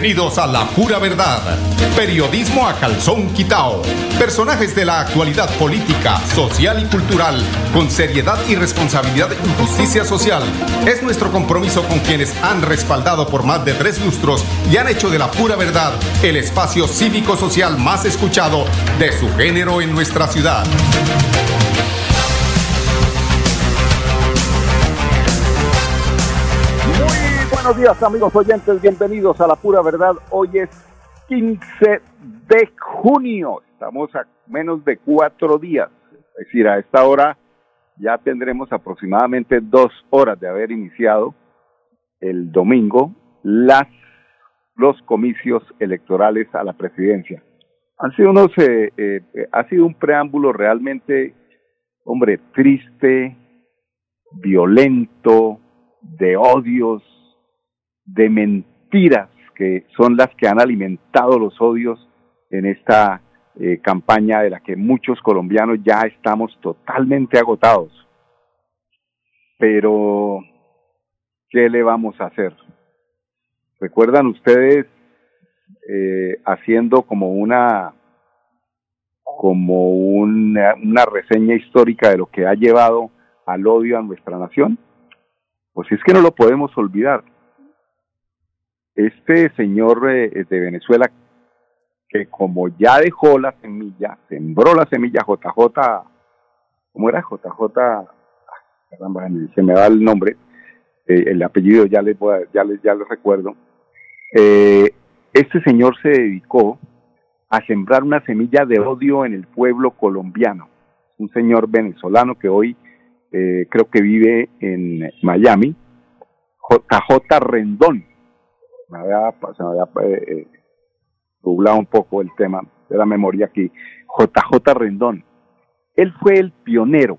Bienvenidos a La Pura Verdad, periodismo a calzón quitao. Personajes de la actualidad política, social y cultural, con seriedad y responsabilidad y justicia social. Es nuestro compromiso con quienes han respaldado por más de 3 lustros y han hecho de La Pura Verdad el espacio cívico-social más escuchado de su género en nuestra ciudad. Buenos días, amigos oyentes, bienvenidos a La Pura Verdad. Hoy es 15 de junio, estamos a menos de 4 días, es decir, a esta hora ya tendremos aproximadamente 2 horas de haber iniciado el domingo los comicios electorales a la presidencia. Han sido ha sido un preámbulo realmente, hombre, triste, violento, de odios, de mentiras, que son las que han alimentado los odios en esta campaña de la que muchos colombianos ya estamos totalmente agotados. Pero, ¿qué le vamos a hacer? ¿Recuerdan ustedes haciendo como una reseña histórica de lo que ha llevado al odio a nuestra nación? Pues es que no lo podemos olvidar. Este señor de Venezuela, que como ya dejó la semilla, sembró la semilla, JJ, ¿cómo era? JJ, caramba, se me va el nombre, el apellido ya lo recuerdo. Este señor se dedicó a sembrar una semilla de odio en el pueblo colombiano. Un señor venezolano que hoy creo que vive en Miami, JJ Rendón. Se me había nublado un poco el tema de la memoria aquí. JJ Rendón. Él fue el pionero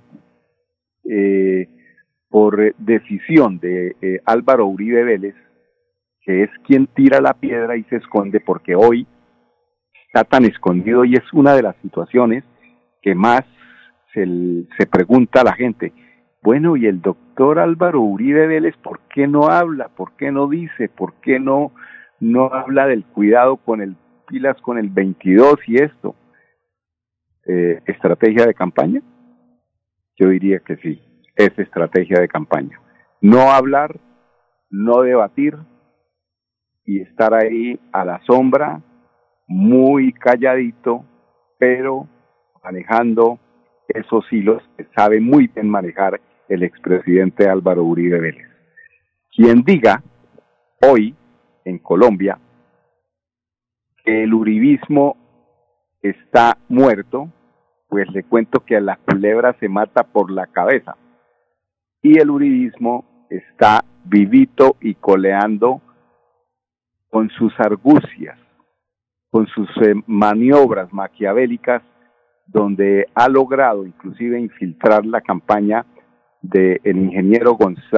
por decisión de Álvaro Uribe Vélez, que es quien tira la piedra y se esconde, porque hoy está tan escondido y es una de las situaciones que más se pregunta a la gente. Bueno, y el doctor Álvaro Uribe Vélez, ¿por qué no habla? ¿Por qué no dice? ¿Por qué no habla del cuidado con el pilas con el 22 y esto? ¿Estrategia de campaña? Yo diría que sí, es estrategia de campaña. No hablar, no debatir y estar ahí a la sombra, muy calladito, pero manejando esos hilos que sabe muy bien manejar el expresidente Álvaro Uribe Vélez. Quien diga hoy en Colombia que el uribismo está muerto, pues le cuento que a la culebra se mata por la cabeza. Y el uribismo está vivito y coleando con sus argucias, con sus maniobras maquiavélicas, donde ha logrado inclusive infiltrar la campaña del ingeniero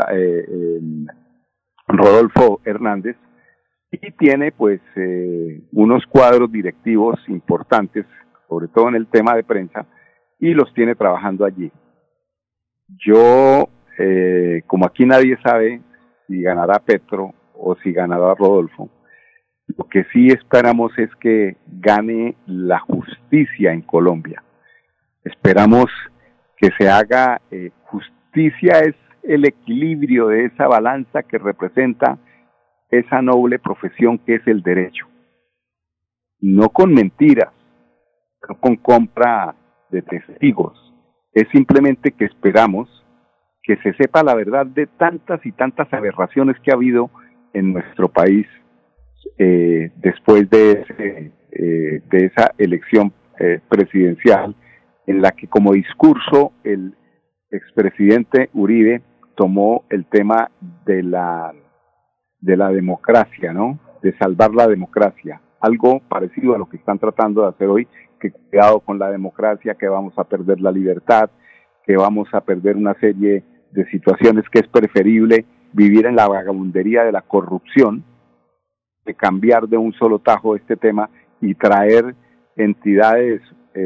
Rodolfo Hernández, y tiene pues unos cuadros directivos importantes, sobre todo en el tema de prensa, y los tiene trabajando allí. Yo, como aquí nadie sabe si ganará Petro o si ganará Rodolfo, lo que sí esperamos es que gane la justicia en Colombia. Esperamos que se haga justicia, es el equilibrio de esa balanza que representa esa noble profesión que es el derecho. No con mentiras, no con compra de testigos. Es simplemente que esperamos que se sepa la verdad de tantas y tantas aberraciones que ha habido en nuestro país después de esa elección presidencial, en la que como discurso el expresidente Uribe tomó el tema de la democracia, ¿no? De salvar la democracia, algo parecido a lo que están tratando de hacer hoy, que cuidado con la democracia, que vamos a perder la libertad, que vamos a perder una serie de situaciones, que es preferible vivir en la vagabundería de la corrupción, de cambiar de un solo tajo este tema y traer entidades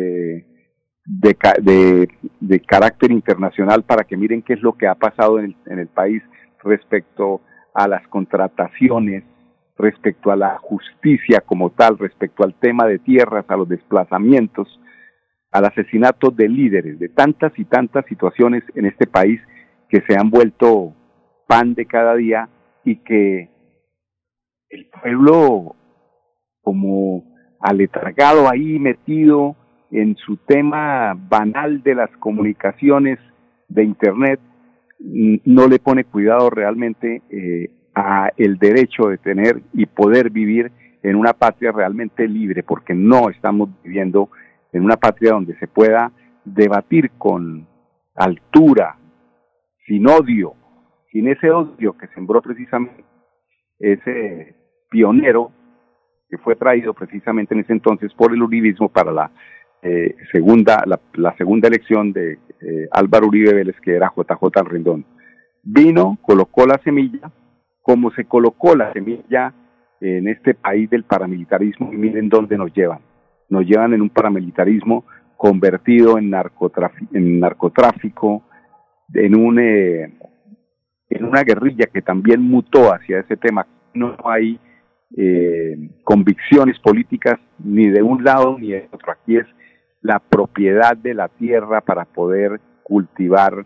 de carácter internacional para que miren qué es lo que ha pasado en el país respecto a las contrataciones respecto a la justicia como tal, respecto al tema de tierras, a los desplazamientos, al asesinato de líderes, de tantas y tantas situaciones en este país que se han vuelto pan de cada día y que el pueblo, como aletargado ahí, metido en su tema banal de las comunicaciones de Internet, no le pone cuidado realmente a el derecho de tener y poder vivir en una patria realmente libre, porque no estamos viviendo en una patria donde se pueda debatir con altura, sin odio, sin ese odio que sembró precisamente ese pionero que fue traído precisamente en ese entonces por el uribismo para la segunda elección de Álvaro Uribe Vélez, que era JJ Rendón. Vino, colocó la semilla, como se colocó la semilla en este país del paramilitarismo, y miren dónde nos llevan. Nos llevan en un paramilitarismo convertido en narcotráfico, en una guerrilla que también mutó hacia ese tema. No hay convicciones políticas ni de un lado ni de otro. Aquí es la propiedad de la tierra para poder cultivar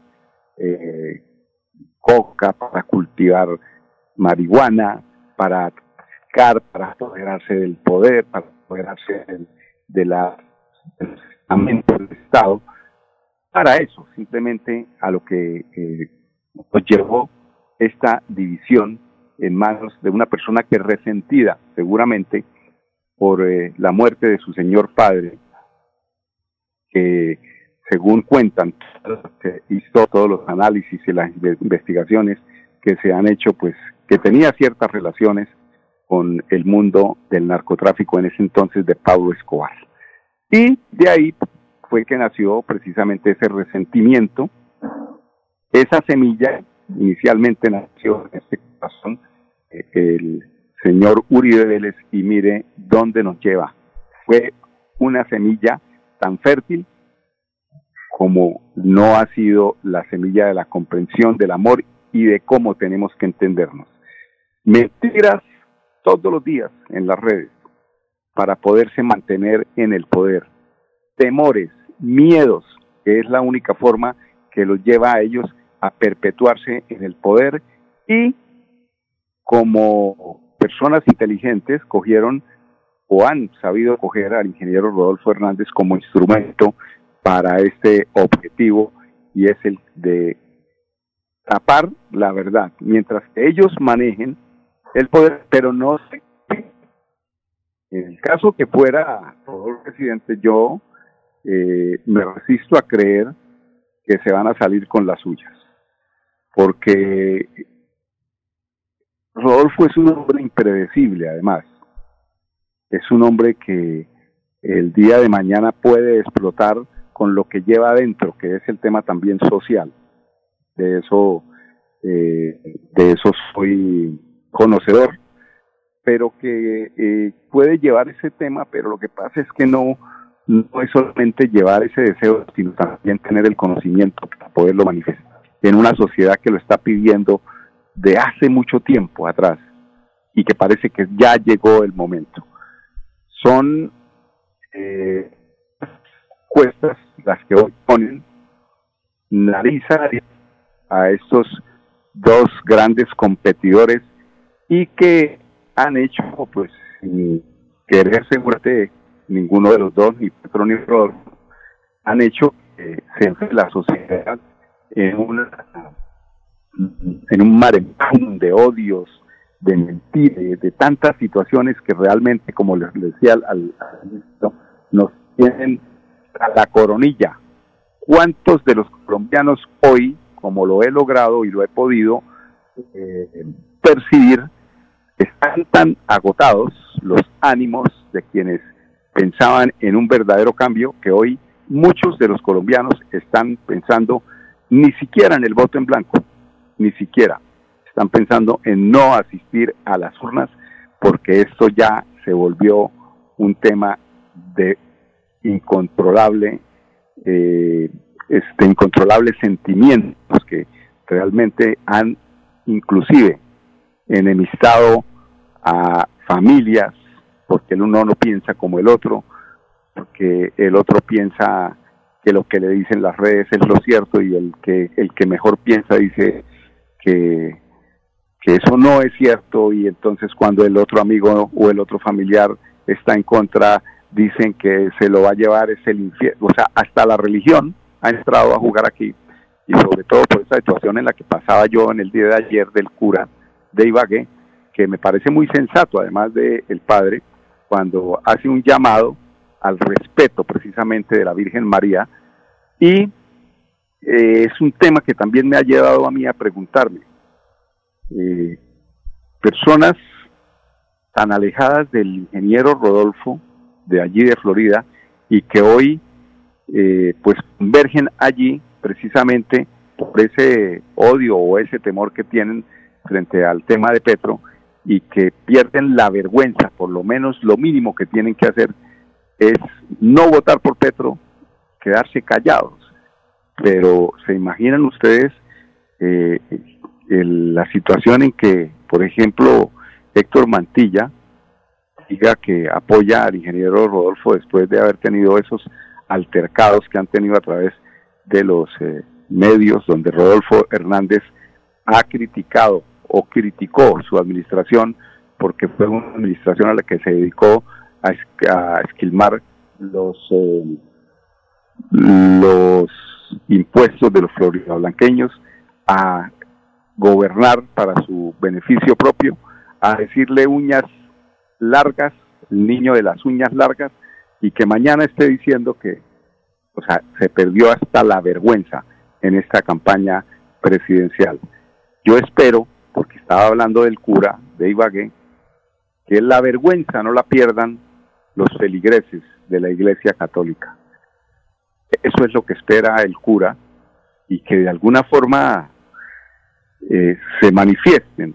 coca, para cultivar marihuana, para pescar, para apoderarse del poder, para apoderarse del estamento del Estado. Para eso, simplemente, a lo que nos llevó esta división en manos de una persona que, resentida seguramente por la muerte de su señor padre, que según cuentan, que hizo todos los análisis y las investigaciones que se han hecho, pues que tenía ciertas relaciones con el mundo del narcotráfico en ese entonces de Pablo Escobar. Y de ahí fue que nació precisamente ese resentimiento. Esa semilla inicialmente nació en este corazón el señor Uribe Vélez, y mire dónde nos lleva. Fue una semilla tan fértil como no ha sido la semilla de la comprensión, del amor y de cómo tenemos que entendernos. Mentiras todos los días en las redes para poderse mantener en el poder. Temores, miedos, que es la única forma que los lleva a ellos a perpetuarse en el poder, y como personas inteligentes cogieron o han sabido coger al ingeniero Rodolfo Hernández como instrumento para este objetivo, y es el de tapar la verdad, mientras que ellos manejen el poder, pero no sé. En el caso que fuera Rodolfo presidente, yo me resisto a creer que se van a salir con las suyas, porque Rodolfo es un hombre impredecible. Además, es un hombre que el día de mañana puede explotar con lo que lleva adentro, que es el tema también social. De eso soy conocedor, pero que puede llevar ese tema, pero lo que pasa es que no es solamente llevar ese deseo, sino también tener el conocimiento para poderlo manifestar en una sociedad que lo está pidiendo de hace mucho tiempo atrás, y que parece que ya llegó el momento. Son encuestas las que hoy ponen nariz a estos dos grandes competidores, y que han hecho, pues, sin querer seguramente ninguno de los dos, ni Petro ni Rodolfo, han hecho que se entre la sociedad en un maremoto de odios, de mentiras, de tantas situaciones que realmente, como les decía al inicio, nos tienen a la coronilla. ¿Cuántos de los colombianos hoy, como lo he logrado y lo he podido percibir, están tan agotados los ánimos de quienes pensaban en un verdadero cambio, que hoy muchos de los colombianos están pensando ni siquiera en el voto en blanco, ni siquiera están pensando en no asistir a las urnas, porque esto ya se volvió un tema de incontrolables sentimientos que realmente han inclusive enemistado a familias, porque el uno no piensa como el otro, porque el otro piensa que lo que le dicen las redes es lo cierto, y el que mejor piensa dice que eso no es cierto, y entonces cuando el otro amigo o el otro familiar está en contra, dicen que se lo va a llevar es el infierno. O sea, hasta la religión ha entrado a jugar aquí, y sobre todo por esa situación en la que pasaba yo en el día de ayer del cura de Ibagué, que me parece muy sensato, además de el padre, cuando hace un llamado al respeto precisamente de la Virgen María, y es un tema que también me ha llevado a mí a preguntarme, personas tan alejadas del ingeniero Rodolfo, de allí de Florida, y que hoy pues convergen allí precisamente por ese odio o ese temor que tienen frente al tema de Petro, y que pierden la vergüenza. Por lo menos lo mínimo que tienen que hacer es no votar por Petro, quedarse callados. Pero se imaginan ustedes la situación en que, por ejemplo, Héctor Mantilla diga que apoya al ingeniero Rodolfo después de haber tenido esos altercados que han tenido a través de los medios, donde Rodolfo Hernández ha criticado o criticó su administración, porque fue una administración a la que se dedicó a esquilmar los impuestos de los floridablanqueños, a gobernar para su beneficio propio, a decirle uñas largas, el niño de las uñas largas, y que mañana esté diciendo que, o sea, se perdió hasta la vergüenza en esta campaña presidencial. Yo espero, porque estaba hablando del cura de Ibagué, que la vergüenza no la pierdan los feligreses de la Iglesia Católica. Eso es lo que espera el cura, y que de alguna forma se manifiesten,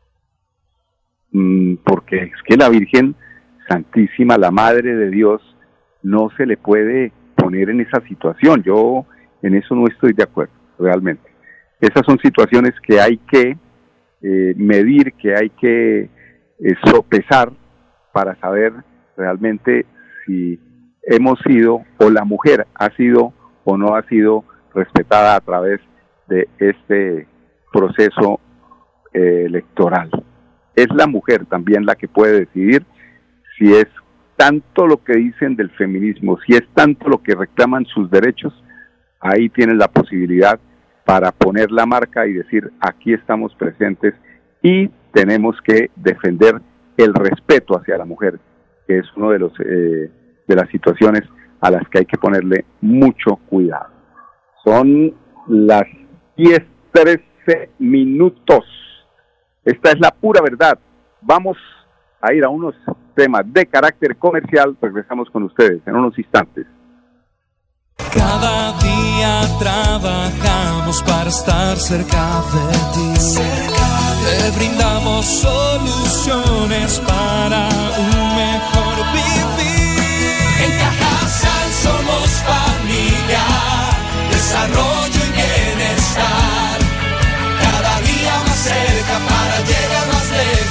porque es que la Virgen Santísima, la Madre de Dios, no se le puede poner en esa situación. Yo en eso no estoy de acuerdo, realmente. Esas son situaciones que hay que medir, que hay que sopesar para saber realmente si hemos sido, o la mujer ha sido o no ha sido respetada a través de este proceso electoral. Es la mujer también la que puede decidir si es tanto lo que dicen del feminismo, si es tanto lo que reclaman sus derechos. Ahí tienen la posibilidad para poner la marca y decir: aquí estamos presentes y tenemos que defender el respeto hacia la mujer, que es uno de los de las situaciones a las que hay que ponerle mucho cuidado. Son las 10:13 minutos. Esta es la pura verdad. Vamos a ir a unos temas de carácter comercial. Regresamos con ustedes en unos instantes. Cada día trabajamos para estar cerca de ti. Te brindamos soluciones para un mejor vivir. En Cajasal somos familia, desarrollo y bienestar. Cada día más cerca para llegar más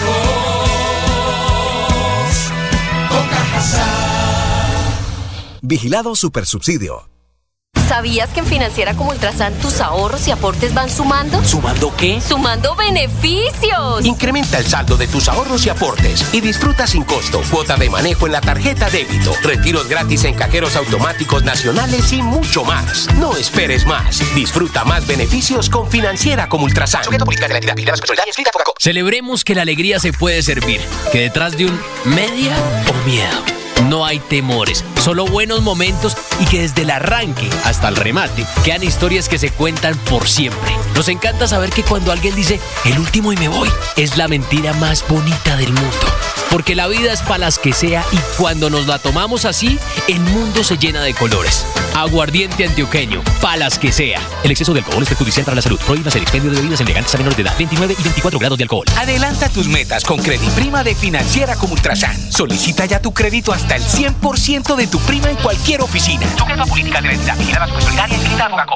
lejos. Con Cajasal. Vigilado Supersubsidio. ¿Sabías que en Financiera como Ultrasan tus ahorros y aportes van sumando? ¿Sumando qué? ¡Sumando beneficios! Incrementa el saldo de tus ahorros y aportes y disfruta sin costo cuota de manejo en la tarjeta débito, retiros gratis en cajeros automáticos nacionales y mucho más. No esperes más. Disfruta más beneficios con Financiera como Ultrasan. Celebremos que la alegría se puede servir, que detrás de un media o miedo no hay temores, solo buenos momentos, y que desde el arranque hasta el remate quedan historias que se cuentan por siempre. Nos encanta saber que cuando alguien dice el último y me voy, es la mentira más bonita del mundo. Porque la vida es para las que sea, y cuando nos la tomamos así, el mundo se llena de colores. Aguardiente antioqueño, para las que sea. El exceso de alcohol es perjudicial para la salud. Prohíbas el expendio de bebidas elegantes a menores de edad. 29 y 24 grados de alcohol. Adelanta tus metas con Crediprima de Financiera como Ultrasan. Solicita ya tu crédito hasta el 100% de tu prima en cualquier oficina. Sujeto a políticas de venta. Vigilada Supersolidaria y inscrita a Fogacop.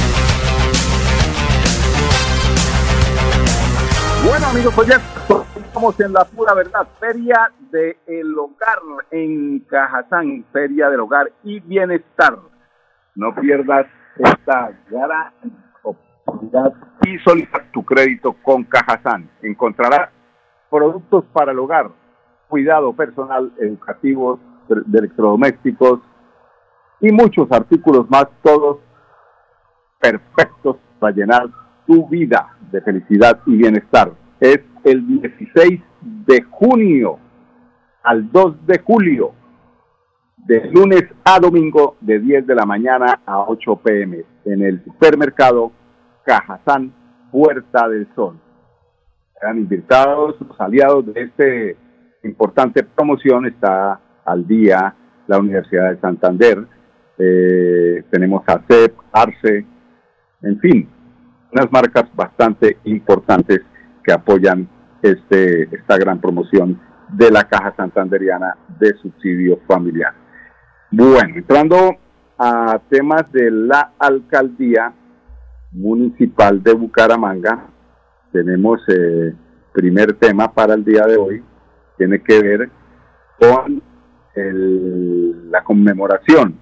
Bueno, amigos, pues ya Estamos en la pura verdad, Feria del Hogar en Cajazán, Feria del Hogar y Bienestar. No pierdas esta gran oportunidad y solicita tu crédito con Cajazán. Encontrarás productos para el hogar, cuidado personal, educativos, de electrodomésticos y muchos artículos más, todos perfectos para llenar tu vida de felicidad y bienestar. Es el 16 de junio al 2 de julio, de lunes a domingo, de 10 de la mañana a 8 p.m. en el supermercado Cajazán, Puerta del Sol. Serán invitados los aliados de esta importante promoción. Está al día la Universidad de Santander, tenemos a CEP, Arce, en fin, unas marcas bastante importantes que apoyan esta gran promoción de la Caja Santanderiana de Subsidio Familiar. Bueno, entrando a temas de la Alcaldía Municipal de Bucaramanga, tenemos primer tema para el día de hoy, tiene que ver con la conmemoración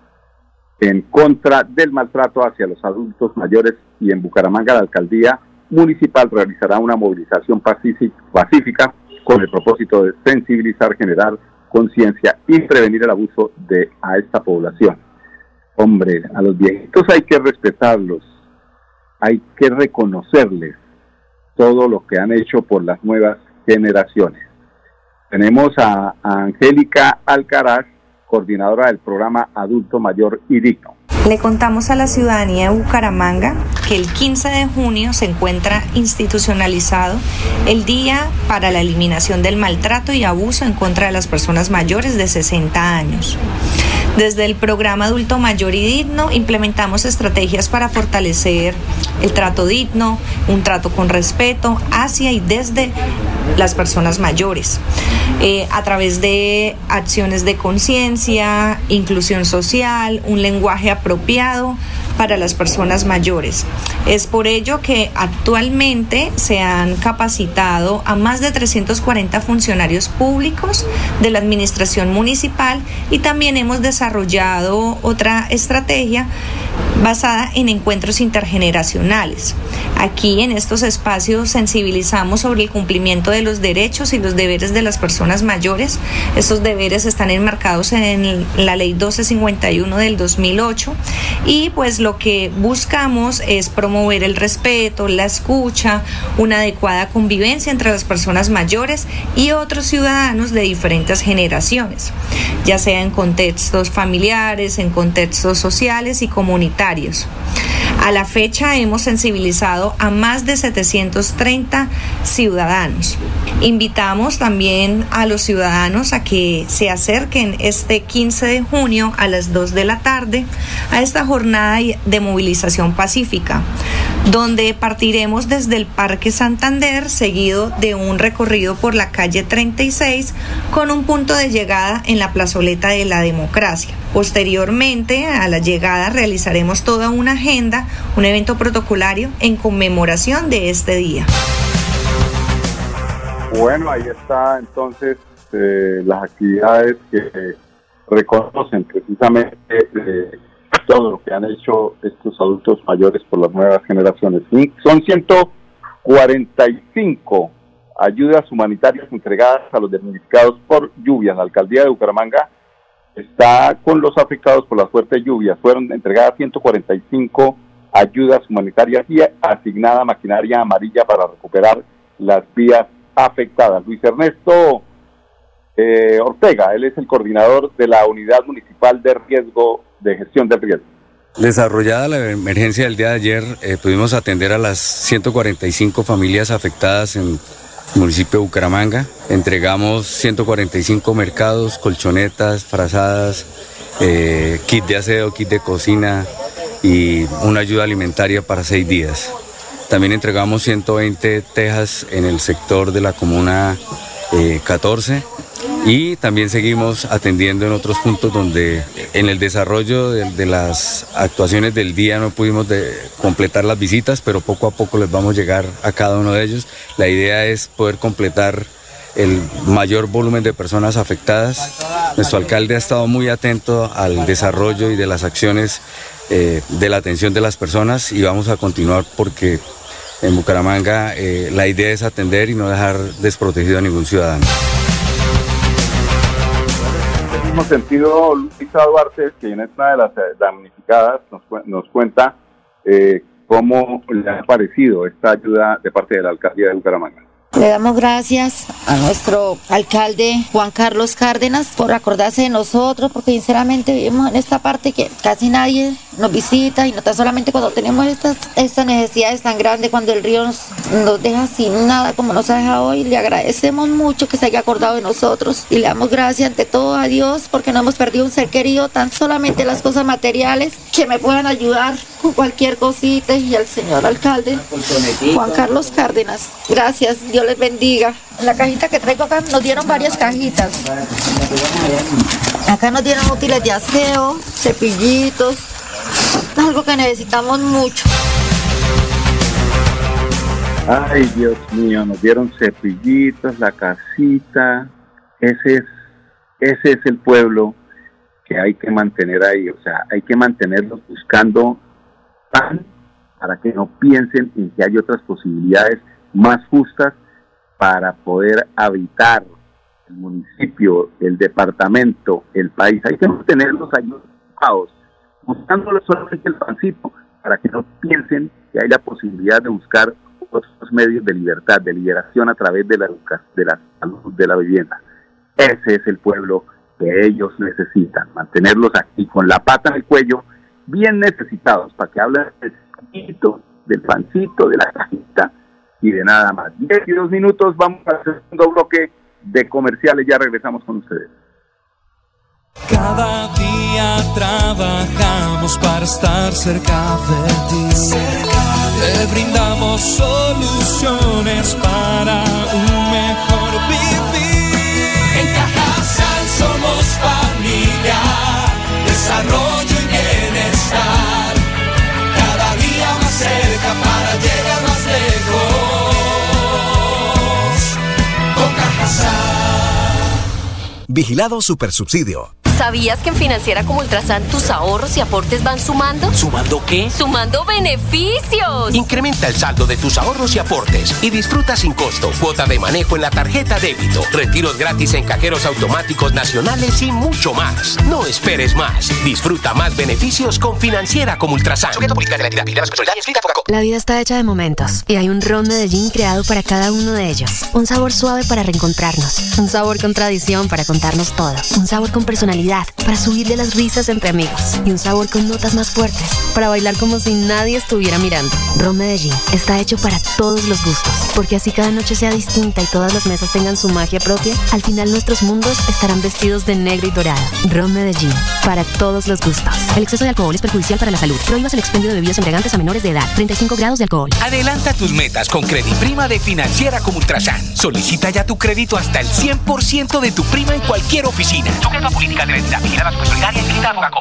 en contra del maltrato hacia los adultos mayores, y en Bucaramanga la Alcaldía Municipal realizará una movilización pacífica con el propósito de sensibilizar, generar conciencia y prevenir el abuso a esta población. Hombre, a los viejitos hay que respetarlos, hay que reconocerles todo lo que han hecho por las nuevas generaciones. Tenemos a Angélica Alcaraz, coordinadora del programa Adulto Mayor y Digno. Le contamos a la ciudadanía de Bucaramanga que el 15 de junio se encuentra institucionalizado el Día para la Eliminación del Maltrato y Abuso en contra de las personas mayores de 60 años. Desde el programa Adulto Mayor y Digno implementamos estrategias para fortalecer el trato digno, un trato con respeto hacia y desde las personas mayores, a través de acciones de conciencia, inclusión social, un lenguaje apropiado para las personas mayores. Es por ello que actualmente se han capacitado a más de 340 funcionarios públicos de la administración municipal, y también hemos desarrollado otra estrategia basada en encuentros intergeneracionales. Aquí en estos espacios sensibilizamos sobre el cumplimiento de los derechos y los deberes de las personas mayores. Estos deberes están enmarcados en la Ley 1251 del 2008, y pues lo que buscamos es promover el respeto, la escucha, una adecuada convivencia entre las personas mayores y otros ciudadanos de diferentes generaciones, ya sea en contextos familiares, en contextos sociales y comunitarios. A la fecha hemos sensibilizado a más de 730 ciudadanos. Invitamos también a los ciudadanos a que se acerquen este 15 de junio a las 2 de la tarde a esta jornada de movilización pacífica, donde partiremos desde el Parque Santander, seguido de un recorrido por la calle 36, con un punto de llegada en la plazoleta de la Democracia. Posteriormente a la llegada realizaremos toda una agenda, un evento protocolario en conmemoración de este día. Bueno, ahí está entonces las actividades que reconocen precisamente todo lo que han hecho estos adultos mayores por las nuevas generaciones. Son 145 ayudas humanitarias entregadas a los damnificados por lluvias. La alcaldía de Bucaramanga está con los afectados por las fuertes lluvias. Fueron entregadas 145 ayudas humanitarias y asignada maquinaria amarilla para recuperar las vías afectadas. Luis Ernesto Ortega, él es el coordinador de la Unidad Municipal de Gestión del Riesgo. Desarrollada la emergencia del día de ayer, pudimos atender a las 145 familias afectadas en el municipio de Bucaramanga. Entregamos 145 mercados, colchonetas, frazadas, kit de aseo, kit de cocina y una ayuda alimentaria para 6 días. También entregamos 120 tejas en el sector de la comuna 14 Y también seguimos atendiendo en otros puntos donde en el desarrollo de las actuaciones del día no pudimos completar las visitas, pero poco a poco les vamos a llegar a cada uno de ellos. La idea es poder completar el mayor volumen de personas afectadas. Nuestro alcalde ha estado muy atento al desarrollo y de las acciones de la atención de las personas y vamos a continuar porque en Bucaramanga la idea es atender y no dejar desprotegido a ningún ciudadano. En el mismo sentido, Luisa Duarte, quien es una de las damnificadas, nos cuenta cómo le ha parecido esta ayuda de parte de la alcaldía de Bucaramanga. Le damos gracias a nuestro alcalde Juan Carlos Cárdenas por acordarse de nosotros, porque sinceramente vivimos en esta parte que casi nadie nos visita y no tan solamente cuando tenemos estas necesidades tan grandes, cuando el río nos deja sin nada como nos ha dejado hoy. Le agradecemos mucho que se haya acordado de nosotros y le damos gracias ante todo a Dios porque no hemos perdido un ser querido, tan solamente las cosas materiales que me puedan ayudar con cualquier cosita, y al señor alcalde Juan Carlos Cárdenas. Gracias, Dios les bendiga. En la cajita que traigo acá nos dieron varias cajitas. Acá nos dieron útiles de aseo, cepillitos, algo que necesitamos mucho. Ay, Dios mío, nos dieron cepillitos, la casita. Ese es el pueblo que hay que mantener ahí. O sea, hay que mantenerlos buscando pan para que no piensen en que hay otras posibilidades más justas para poder habitar el municipio, el departamento, el país. Hay que mantenerlos ahí ocupados, buscándoles solamente el pancito, para que no piensen que hay la posibilidad de buscar otros medios de libertad, de liberación a través de la salud, de la vivienda. Ese es el pueblo que ellos necesitan, mantenerlos aquí con la pata en el cuello, bien necesitados, para que hablen del pancito, de la cajita y de nada más. 10 y 2 minutos, vamos al segundo bloque de comerciales, ya regresamos con ustedes. Cada día trabajamos para estar cerca de ti. Te brindamos soluciones para un mejor vivir. En Cajasal somos familia, desarrollo y bienestar. Cada día más cerca para llegar más lejos. Con Cajasal. Vigilado Supersubsidio. ¿Sabías que en Financiera como Ultrasan tus ahorros y aportes van sumando? ¿Sumando qué? ¡Sumando beneficios! Incrementa el saldo de tus ahorros y aportes y disfruta sin costo cuota de manejo en la tarjeta débito, retiros gratis en cajeros automáticos nacionales y mucho más. No esperes más. Disfruta más beneficios con Financiera como Ultrasan. La vida está hecha de momentos y hay un ron Medellín creado para cada uno de ellos. Un sabor suave para reencontrarnos, un sabor con tradición para contarnos todo, un sabor con personalidad para subirle las risas entre amigos y un sabor con notas más fuertes para bailar como si nadie estuviera mirando. Ron Medellín está hecho para todos los gustos, porque así cada noche sea distinta y todas las mesas tengan su magia propia. Al final nuestros mundos estarán vestidos de negro y dorado. Ron Medellín, para todos los gustos. El exceso de alcohol es perjudicial para la salud. Prohíbas el expendio de bebidas embriagantes a menores de edad. 35 grados de alcohol. Adelanta tus metas con Crediprima de Financiera como Ultrasan. Solicita ya tu crédito hasta el 100% de tu prima en cualquier oficina. Sujeto a políticas de venta, vigilada supersolidaria y inscrita a Fogacop.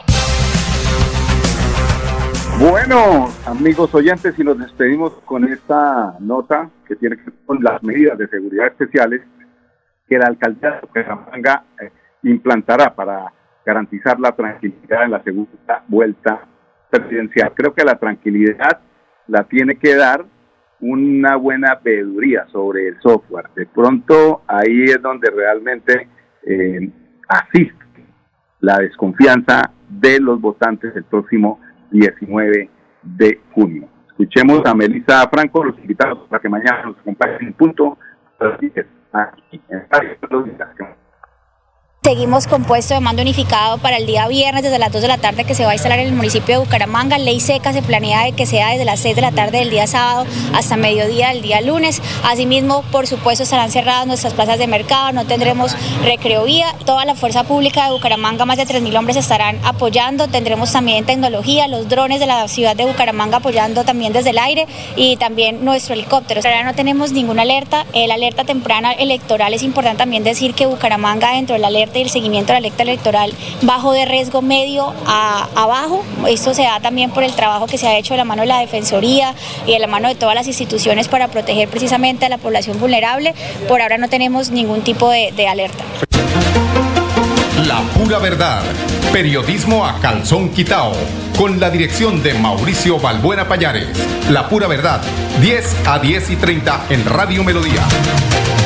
Bueno, amigos oyentes, y nos despedimos con esta nota que tiene que ver con las medidas de seguridad especiales que la alcaldía de Bucaramanga implantará para garantizar la tranquilidad en la segunda vuelta presidencial. Creo que la tranquilidad la tiene que dar una buena veeduría sobre el software. De pronto ahí es donde realmente asiste la desconfianza de los votantes el próximo 19 de junio. Escuchemos a Melissa Franco, los invitados para que mañana nos acompañen en punto aquí en Radio Los Días. Seguimos con puesto de mando unificado para el día viernes desde las 2 de la tarde que se va a instalar en el municipio de Bucaramanga. Ley seca se planea de que sea desde las 6 de la tarde del día sábado hasta mediodía del día lunes. Asimismo, por supuesto, estarán cerradas nuestras plazas de mercado, no tendremos recreovía. Toda la fuerza pública de Bucaramanga, más de 3.000 hombres estarán apoyando. Tendremos también tecnología, los drones de la ciudad de Bucaramanga apoyando también desde el aire y también nuestro helicóptero. Ahora no tenemos ninguna alerta. La alerta temprana electoral, es importante también decir que Bucaramanga, dentro de la alerta y el seguimiento de la alerta electoral, bajo de riesgo medio a bajo. Esto se da también por el trabajo que se ha hecho de la mano de la Defensoría y de la mano de todas las instituciones para proteger precisamente a la población vulnerable. Por ahora no tenemos ningún tipo de alerta. La pura verdad. Periodismo a calzón quitao. Con la dirección de Mauricio Balbuena Payares. La pura verdad. 10 a 10:30 en Radio Melodía.